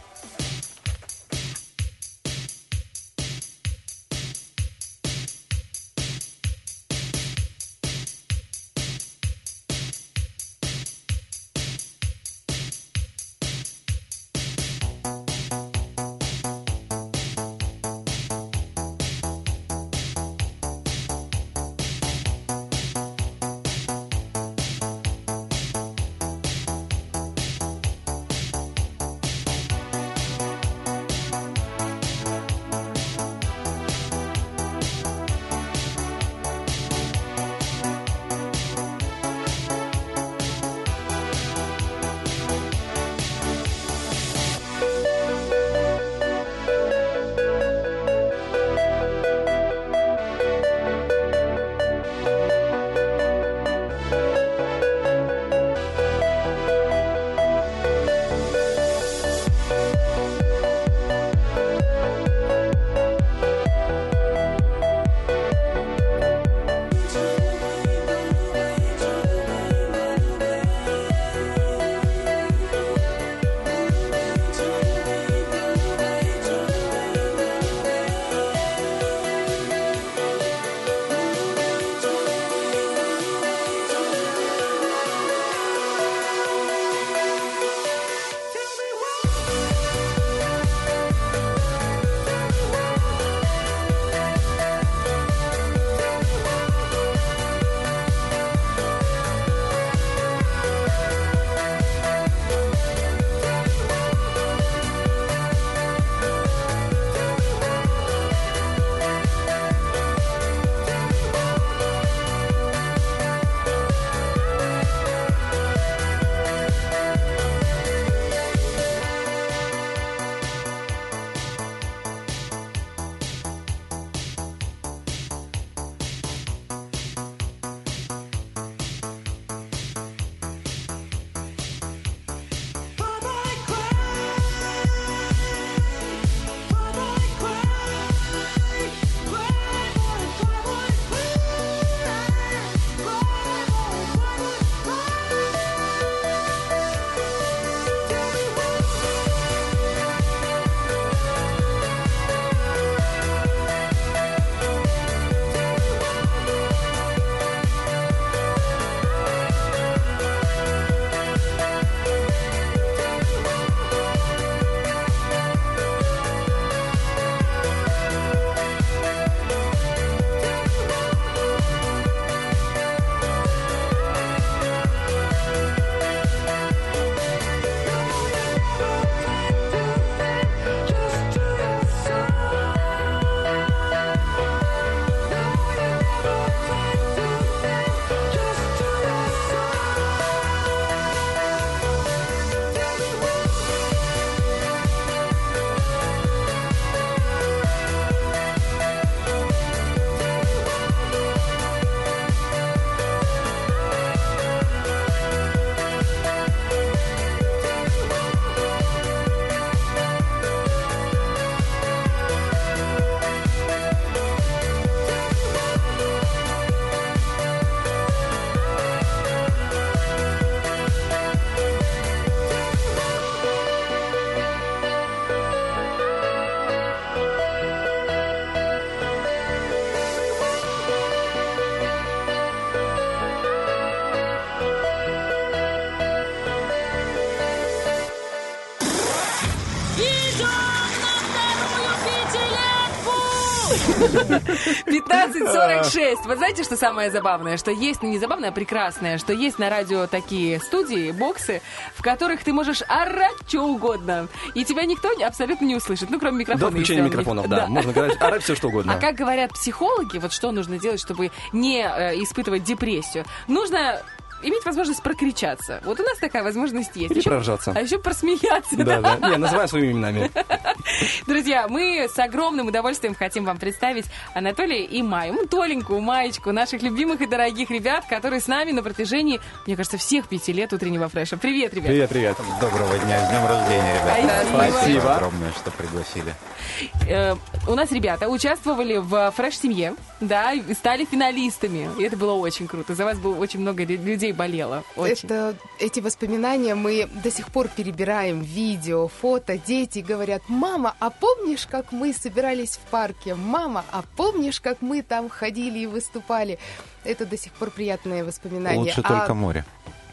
15:46. Вот знаете, что самое забавное? Что есть, ну не забавное, а прекрасное, что есть на радио такие студии, боксы, в которых ты можешь орать что угодно. И тебя никто абсолютно не услышит. Ну, кроме микрофона. До включения микрофонов, да. Можно орать все что угодно. А как говорят психологи, вот что нужно делать, чтобы не испытывать депрессию? Нужно иметь возможность прокричаться. Вот у нас такая возможность есть. Или проржаться. А еще просмеяться. Да. Не, называем своими именами. Друзья, мы с огромным удовольствием хотим вам представить Анатолия и Майю. Ну, Толеньку, Маечку, наших любимых и дорогих ребят, которые с нами на протяжении, мне кажется, всех 5 лет утреннего фреша. Привет, ребят. Привет. Доброго дня, с днем рождения, ребята. Спасибо. Огромное, что пригласили. У нас ребята участвовали в фреш-семье, да, и стали финалистами. И это было очень круто. За вас было очень много людей болело. Очень. Эти воспоминания мы до сих пор перебираем. Видео, фото. Дети говорят: мама, а помнишь, как мы собирались в парке? Мама, а помнишь, как мы там ходили и выступали? Это до сих пор приятные воспоминания. Лучше только море.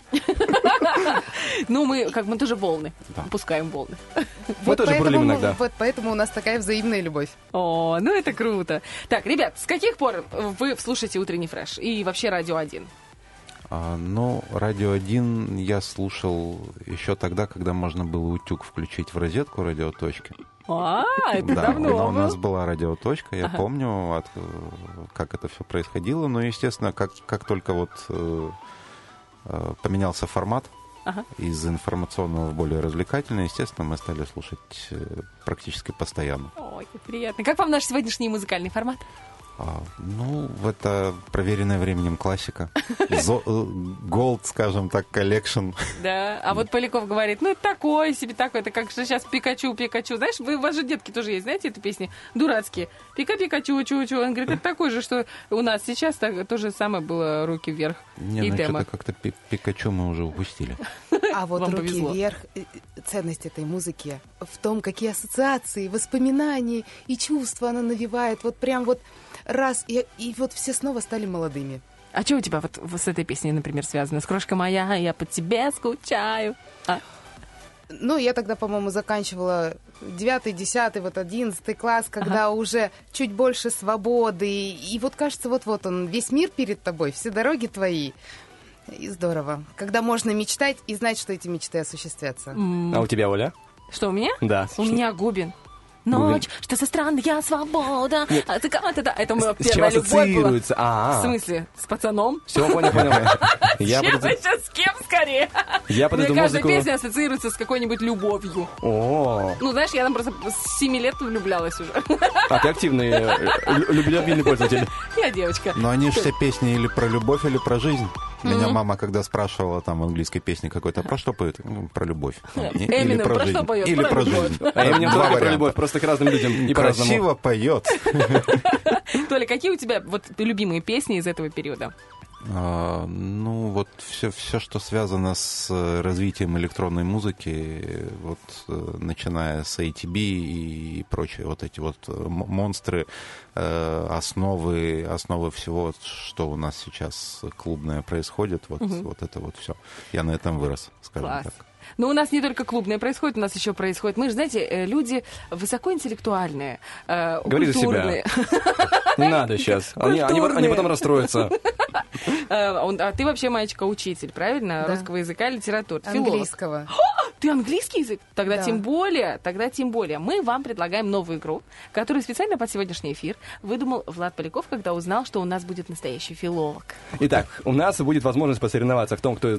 Ну, мы тоже волны. Пускаем волны. Мы тоже бурлим иногда. Вот поэтому у нас такая взаимная любовь. О, ну это круто. Так, ребят, с каких пор вы слушаете утренний фреш? И вообще Радио 1? Ну, Радио 1 я слушал еще тогда, когда можно было утюг включить в розетку радиоточки. Это давно. У нас была радиоточка, я помню, как это все происходило. Но, естественно, как только вот поменялся формат из информационного в более развлекательный, естественно, мы стали слушать практически постоянно. Ой, как приятно. Как вам наш сегодняшний музыкальный формат? Ну, это проверенная временем классика. Gold, скажем так, коллекшн. Да, а вот Поляков говорит, ну, это такое себе такое, это как сейчас Пикачу. Знаешь, у вас же детки тоже есть, знаете, эти песни дурацкие. Пикачу, чу-чу. Он говорит, это такое же, что у нас сейчас то же самое было «Руки вверх». Не, ну что-то как-то Пикачу мы уже упустили. А вот Вам «Руки повезло. вверх», ценность этой музыки в том, какие ассоциации, воспоминания и чувства она навевает. Вот прям вот раз, и вот все снова стали молодыми. А что у тебя вот с этой песней, например, связано? «Крошка моя, я по тебе скучаю». Ну, я тогда, по-моему, заканчивала 9, 10, вот 11 класс, когда уже чуть больше свободы. И вот кажется, вот он, весь мир перед тобой, все дороги твои. И здорово. Когда можно мечтать и знать, что эти мечты осуществятся. А у тебя, Оля? Что, у меня? Да. У меня Губин. Ночь, что за странная свобода. Это моя С первая чем любовь была. ассоциируется? В смысле? С пацаном? Все, понял. Сейчас с кем скорее? Я под Мне эту каждая музыку... песня ассоциируется с какой-нибудь любовью. О, Ну, знаешь, я там просто с 7 лет влюблялась уже. а ты активный, любвеобильный пользователь. Я девочка. Но они же все песни или про любовь, или про жизнь. Меня мама, когда спрашивала там в английской песне какой-то, про что поет? Про любовь. Или Эминем про что поет? Или про любовь. жизнь. А я мне Два только про варианта. любовь, просто к разным людям и по-разному. Красиво поет. Толя, какие у тебя вот любимые песни из этого периода? Ну, вот все, что связано с развитием электронной музыки, вот начиная с ATB и прочие вот эти вот монстры, основы всего, что у нас сейчас клубное происходит, вот это вот все. Я на этом вырос, скажем Класс. так. Но у нас не только клубное происходит, у нас еще происходит. Мы же, знаете, люди высокоинтеллектуальные, Говори за себя. культурные. Не надо сейчас. Они потом расстроятся. А ты вообще, Маечка, учитель, правильно? Да. Русского языка и литературы. Филолог. Английского. Ты английский язык? Тогда Да. тем более. Мы вам предлагаем новую игру, которую специально под сегодняшний эфир выдумал Влад Поляков, когда узнал, что у нас будет настоящий филолог. Итак, у нас будет возможность посоревноваться в том, кто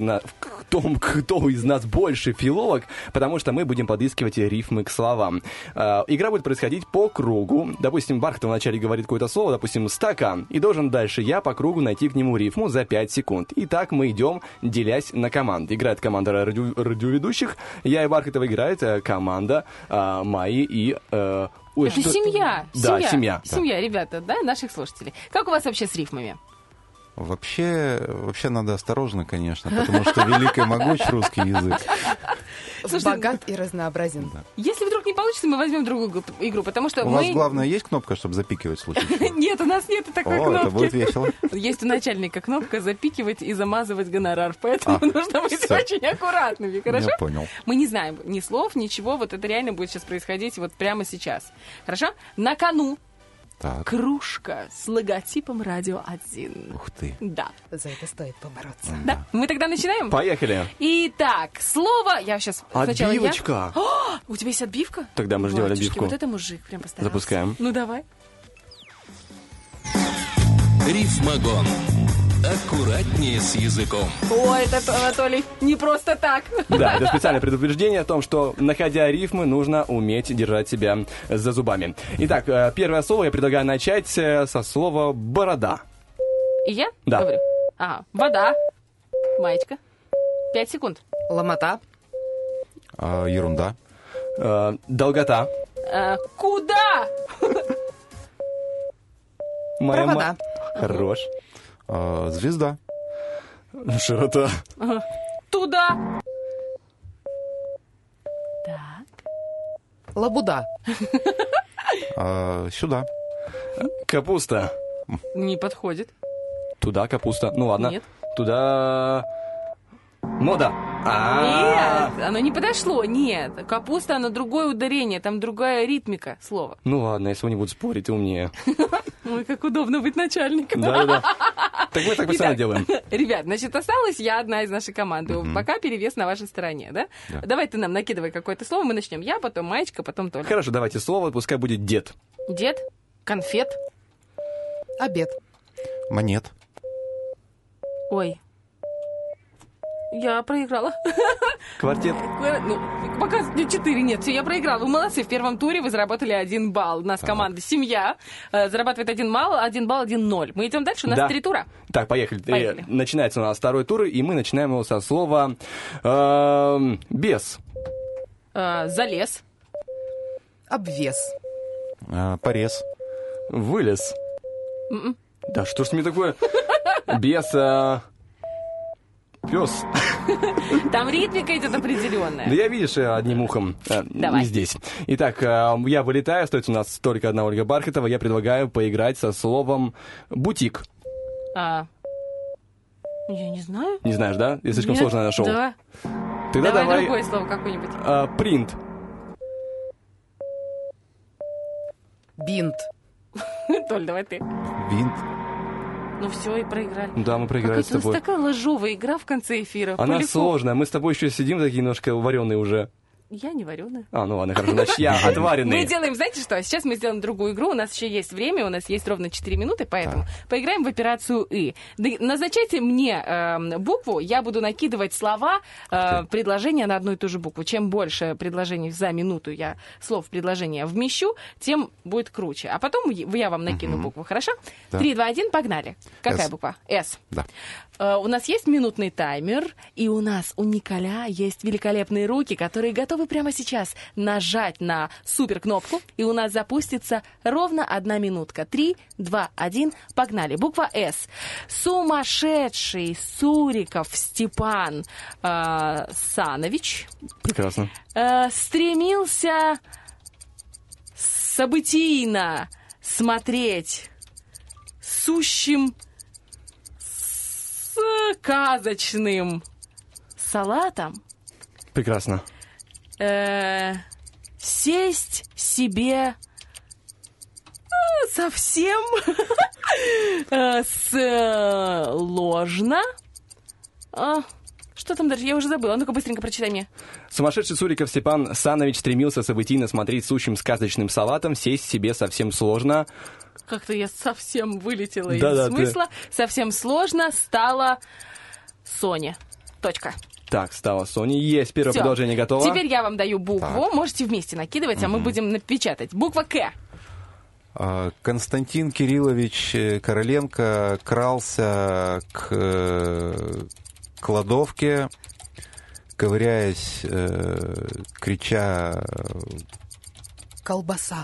из нас больше филолог, потому что мы будем подыскивать рифмы к словам. Игра будет происходить по кругу. Допустим, Бархатов вначале говорит какое-то слово, допустим, стакан, и должен дальше я по кругу найти к нему рифму за 5 секунд. И так мы идем, делясь на команды. Играет команда радиоведущих, я и Бархатова играет команда Майи и... Это семья. Да, семья. Семья, ребята, да, наших слушателей. Как у вас вообще с рифмами? Вообще надо осторожно, конечно, потому что велик и могуч русский язык. Слушайте, Богат и разнообразен. Если вдруг не получится, мы возьмем другую игру, потому что У вас, главное, есть кнопка, чтобы запикивать в случае чего? Нет, у нас нет такой кнопки. Это будет весело. Есть у начальника кнопка «запикивать» и «замазывать гонорар», поэтому нужно быть очень аккуратными, хорошо? Я понял. Мы не знаем ни слов, ничего, вот это реально будет сейчас происходить вот прямо сейчас. Хорошо? На кону Так. Кружка с логотипом Радио 1. Ух ты. Да. За это стоит побороться. Да. Мы тогда начинаем? Поехали. Итак, слово... Я сейчас сначала Отбивочка. О, у тебя есть отбивка? Тогда мы ждем Батюшки, отбивку. Вот это мужик прям постарался. Запускаем. Ну, давай. Рифмагон. Аккуратнее с языком. Ой, это, Анатолий, не просто так. Да, это специальное предупреждение о том, что, находя рифмы, нужно уметь держать себя за зубами. Итак, первое слово я предлагаю начать со слова «борода». И я Да. говорю? Ага, вода. Маечка. 5 секунд. Ломота. Ерунда. Долгота. Куда? Моя Провода. Хорош. Звезда. Широта. Туда. Так. Лабуда. Сюда. Капуста. Не подходит. Туда капуста. Ну ладно. Нет. Туда... Мода. Нет, оно не подошло. Нет. Капуста, оно другое ударение, там другая ритмика слова. Ну ладно, если вы не будут спорить, ты умнее. Ой, как удобно быть начальником. Да-да-да. Так мы так постоянно делаем. Ребят, значит, осталась я одна из нашей команды. Пока перевес на вашей стороне, да? Давай ты нам накидывай какое-то слово, мы начнем. Я, потом Маечка, потом Толя. Хорошо, давайте слово, пускай будет дед. Дед, конфет. Обед. Монет. Ой. Я проиграла. Квартет. Ну, пока 4 нет, все, я проиграла. Вы молодцы, в первом туре вы заработали 1 балл. У нас команда «Семья» зарабатывает 1 балл, 1 балл, 1 0. Мы идем дальше, у нас 3 тура. Так, поехали. Поехали. Начинается у нас второй тур, и мы начинаем его со слова «без». Залез. Обвес. Порез. Вылез. М-м. Да что ж мне такое? Без... Пес. Там ритмика идет определенная. Да я, видишь, одним ухом Давай. не здесь. Итак, я вылетаю, остается у нас только одна Ольга Бархатова. Я предлагаю поиграть со словом «бутик». Я не знаю. Не знаешь, да? Я слишком Нет. сложно нашел. Да. Тогда Давай давай другое слово какое-нибудь. принт. Бинт. Толь, давай ты. Винт. Ну все, и проиграли. Да, мы проиграли с У нас тобой. такая ложовая игра в конце эфира. Она Поляков. сложная. Мы с тобой еще сидим такие немножко вареные уже. Я не вареная. Ну ладно, хорошо, значит, я отваренный. Мы делаем, знаете что, сейчас мы сделаем другую игру, у нас еще есть время, у нас есть ровно 4 минуты, поэтому поиграем в операцию «И». Назначайте мне букву, я буду накидывать слова, предложения на одну и ту же букву. Чем больше предложений за минуту я слов в предложение вмещу, тем будет круче. А потом я вам накину букву, хорошо? Да. 3, 2, 1, погнали. Какая «С». буква? «С». Да. У нас есть минутный таймер, и у нас у Николя есть великолепные руки, которые готовы прямо сейчас нажать на супер-кнопку, и у нас запустится ровно 1 минутка. 3, 2, 1, погнали. Буква «С». Сумасшедший Суриков Степан Санович Прекрасно. стремился событийно смотреть сущим сказочным салатом Прекрасно. сесть себе совсем сложно. Что там дальше? Я уже забыла. Ну-ка, быстренько прочитай мне. Сумасшедший Суриков Степан Санович стремился событийно смотреть сущим сказочным салатом, сесть себе совсем сложно. Как-то я совсем вылетела из Да-да, смысла. Совсем сложно стала Соня. Точка. Так, стала Соня. Есть первое Всё. предложение готово. Теперь я вам даю букву. Можете вместе накидывать, а мы будем напечатать. Буква «К». Константин Кириллович Короленко крался к кладовке, ковыряясь, крича Колбаса.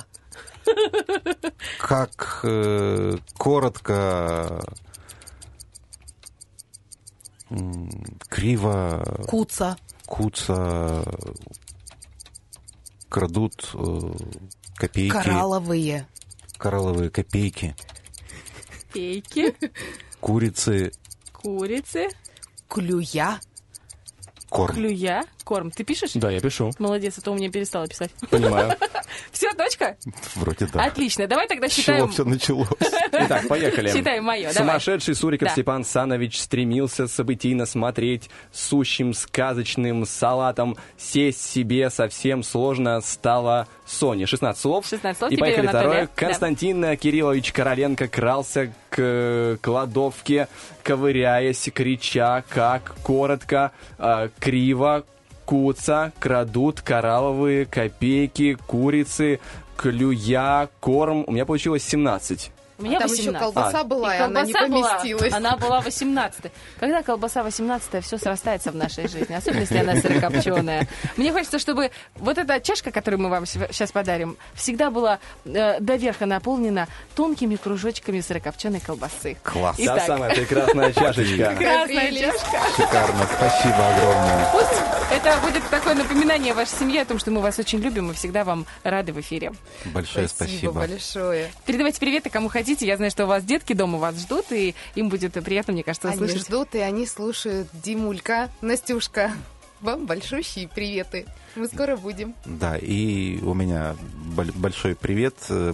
как коротко, криво Куца. крадут копейки. Коралловые копейки. Пейки. Курицы. Курицы. Клюя. Корм. Клюя? Корм. Ты пишешь? Да, я пишу. Молодец, а то у меня перестала писать. Понимаю. Все, точка? Вроде да. Отлично. Давай тогда С считаем... чего все началось? Итак, поехали. Считаем мое. Сумасшедший Суриков Да. Степан Санович стремился событийно смотреть сущим сказочным салатом. Сесть себе совсем сложно стало Соне. 16 слов. 16 слов. И Теперь поехали Наталья. второе. Да. Константин Кириллович Короленко крался к кладовке, ковыряясь, крича, как коротко, криво, куца, крадут коралловые копейки, курицы, клюя, корм. У меня получилось 17. У меня Там 18. еще колбаса была, и И она не колбаса была, поместилась. она была 18. Когда колбаса 18, все срастается в нашей жизни, особенно если она сырокопченая. Мне хочется, чтобы вот эта чашка, которую мы вам сейчас подарим, всегда была до верха наполнена тонкими кружочками сырокопченой колбасы. Класс. Та Итак. самая прекрасная чашечка. Красная чашка. Шикарно. Спасибо огромное. Пусть это будет такое напоминание вашей семье о том, что мы вас очень любим и всегда вам рады в эфире. Большое Спасибо спасибо. большое. Передавайте приветы кому хотите. Я знаю, что у вас детки дома вас ждут, и им будет приятно, мне кажется, Они услышать. ждут, и они слушают. Димулька, Настюшка, вам большущие приветы. Мы скоро будем. Да, и у меня большой привет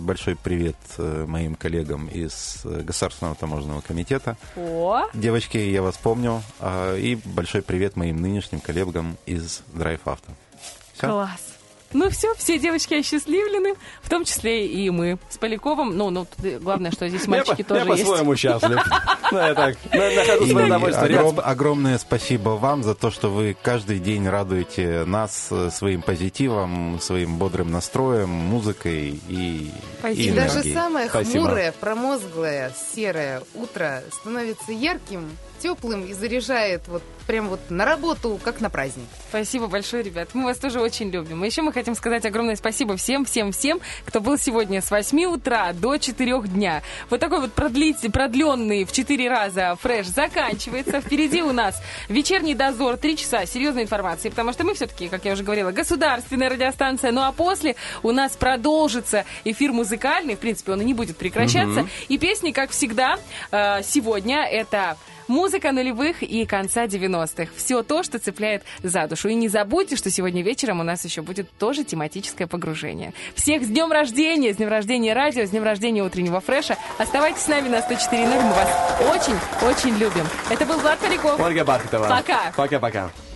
моим коллегам из Государственного таможенного комитета. О! Девочки, я вас помню. И большой привет моим нынешним коллегам из Drive Auto. Всё? Класс. Ну все девочки осчастливлены, в том числе и мы с Поляковым. Ну, главное, что здесь мальчики тоже Я есть. по-своему счастлив. Ну, я так, нахожу свое удовольствие. Огромное спасибо вам за то, что вы каждый день радуете нас своим позитивом, своим бодрым настроем, музыкой и И энергией. даже самое Спасибо. хмурое, промозглое, серое утро становится ярким, теплым и заряжает вот прям вот на работу, как на праздник. Спасибо большое, ребят. Мы вас тоже очень любим. И еще мы хотим сказать огромное спасибо всем, кто был сегодня с 8 утра до 4 дня. Вот такой вот продленный в 4 раза фреш заканчивается. Впереди у нас вечерний дозор, 3 часа серьезной информации, потому что мы все-таки, как я уже говорила, государственная радиостанция. Ну а после у нас продолжится эфир музыкальный. В принципе, он и не будет прекращаться. И песни, как всегда, сегодня это... Музыка нулевых и конца 90-х. Все то, что цепляет за душу. И не забудьте, что сегодня вечером у нас еще будет тоже тематическое погружение. Всех с днем рождения! С днем рождения радио, с днем рождения утреннего фреша. Оставайтесь с нами на 104.0. Мы вас очень-очень любим. Это был Влад Поляков. Ольга Бархатова. Пока. Пока-пока.